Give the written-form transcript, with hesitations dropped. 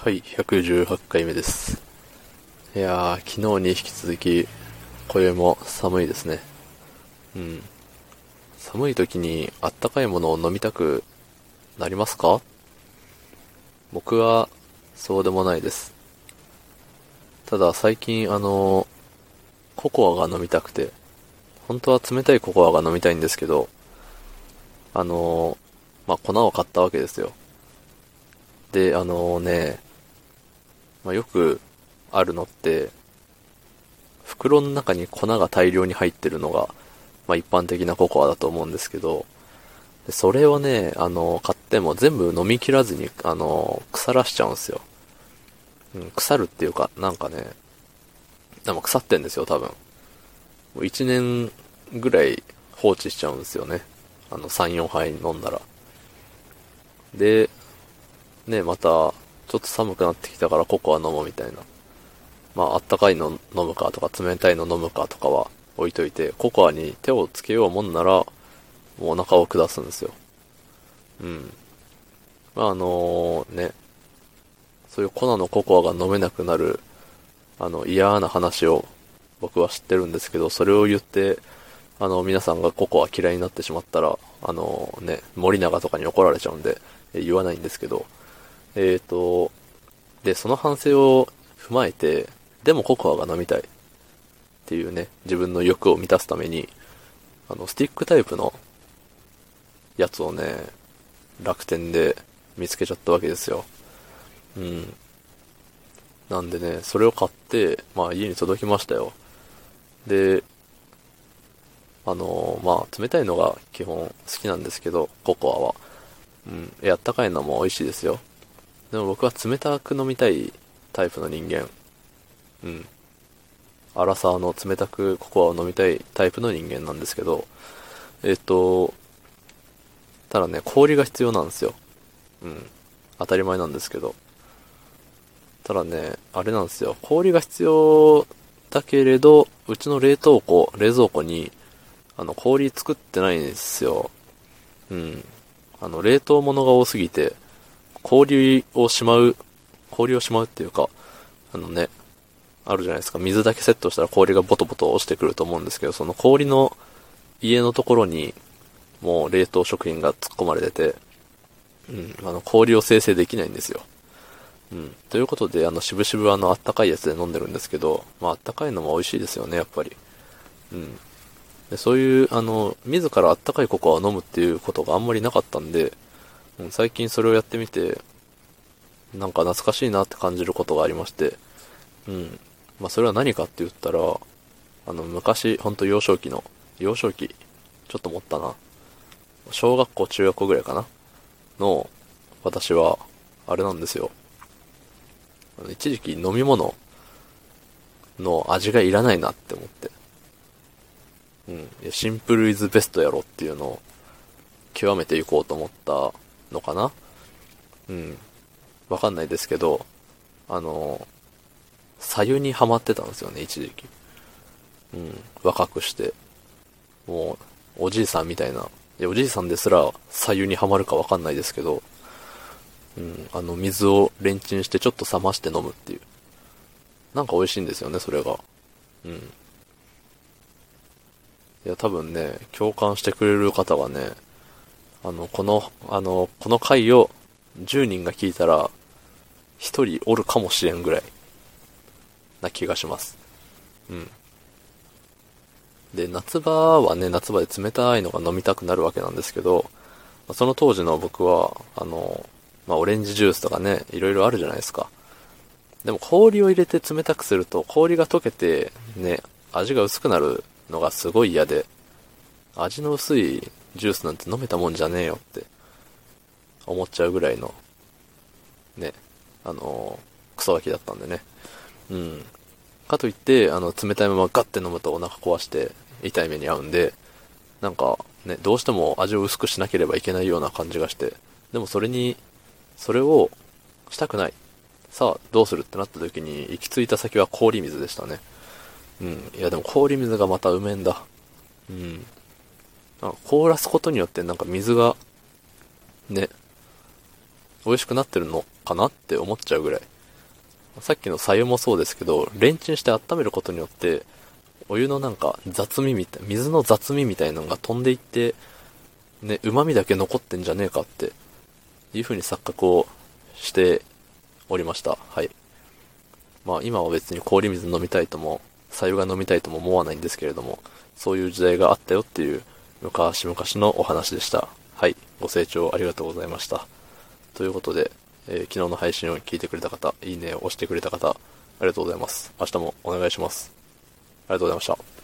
はい、118回目です。いやー、昨日に引き続き、今宵も寒いですね。うん。寒い時にあったかいものを飲みたくなりますか？僕は、そうでもないです。ただ最近ココアが飲みたくて、本当は冷たいココアが飲みたいんですけど、粉を買ったわけですよ。で、よくあるのって、袋の中に粉が大量に入ってるのが、一般的なココアだと思うんですけど、それをね、買っても全部飲み切らずに、腐らしちゃうんですよ。うん、腐るっていうか、なんかね、でも腐ってんですよ、多分。もう1年ぐらい放置しちゃうんですよね。3、4杯飲んだら。で、ね、また、ちょっと寒くなってきたからココア飲もうみたいな。あったかいの飲むかとか、冷たいの飲むかとかは置いといて、ココアに手をつけようもんなら、もうお腹を下すんですよ。うん。そういう粉のココアが飲めなくなる、嫌な話を僕は知ってるんですけど、それを言って、皆さんがココア嫌いになってしまったら、森永とかに怒られちゃうんで、言わないんですけど、で、その反省を踏まえて、でもココアが飲みたいっていうね、自分の欲を満たすために、スティックタイプのやつをね、楽天で見つけちゃったわけですよ。うん。なんでね、それを買って、家に届きましたよ。で、冷たいのが基本好きなんですけど、ココアは。うん。あったかいのも美味しいですよ。でも僕は冷たく飲みたいタイプの人間。うん。アラサーの冷たくココアを飲みたいタイプの人間なんですけど、えっと、ただね、氷が必要なんですよ。うん。当たり前なんですけど。ただね、あれなんですよ。氷が必要だけれど、うちの冷蔵庫に、氷作ってないんですよ。うん。冷凍物が多すぎて、氷をしまうっていうか、あるじゃないですか。水だけセットしたら氷がボトボト落ちてくると思うんですけど、その氷の家のところに、もう冷凍食品が突っ込まれてて、うん、氷を生成できないんですよ。うん。ということで、しぶしぶあったかいやつで飲んでるんですけど、あったかいのも美味しいですよね、やっぱり。うん。で、そういう、自らあったかいココアを飲むっていうことがあんまりなかったんで、うん、最近それをやってみて、なんか懐かしいなって感じることがありまして、うん。それは何かって言ったら、昔、ほんと幼少期、ちょっと持ったな。小学校、中学校ぐらいかなの、私は、あれなんですよ。一時期飲み物の味がいらないなって思って。うん。シンプルイズベストやろっていうのを極めていこうと思ったのかな。うん。わかんないですけど、あの、左右にハマってたんですよね、一時期。うん。若くして。もう、おじいさんみたいな。いや、おじいさんですら左右にはまるかわかんないですけど、うん。水をレンチンしてちょっと冷まして飲むっていう。なんか美味しいんですよね、それが。うん。いや、多分ね、共感してくれる方がね、この回を10人が聞いたら、1人おるかもしれんぐらいな気がします。うん。で、夏場はね、夏場で冷たいのが飲みたくなるわけなんですけど、その当時の僕は、オレンジジュースとかね、いろいろあるじゃないですか。でも氷を入れて冷たくすると、氷が溶けて、ね、味が薄くなるのがすごい嫌で、味の薄いジュースなんて飲めたもんじゃねえよって思っちゃうぐらいの、ね、クソガキだったんでね。うん。かといって、冷たいままガッて飲むとお腹壊して痛い目に遭うんで、なんかね、どうしても味を薄くしなければいけないような感じがして、でもそれをしたくない。さあ、どうするってなった時に行き着いた先は氷水でしたね。うん。いやでも氷水がまたうめえんだ。うん。凍らすことによってなんか水がね、美味しくなってるのかなって思っちゃうぐらい。 さっきの白湯もそうですけど、レンチンして温めることによって、お湯のなんか雑味みたい、水の雑味みたいなのが飛んでいって、ね、旨味だけ残ってんじゃねえかっていう風に錯覚をしておりました。はい。まあ今は別に氷水飲みたいとも、白湯が飲みたいとも思わないんですけれども、そういう時代があったよっていう昔々のお話でした。はい。ご清聴ありがとうございました。ということで、昨日の配信を聞いてくれた方、いいねを押してくれた方、ありがとうございます。明日もお願いします。ありがとうございました。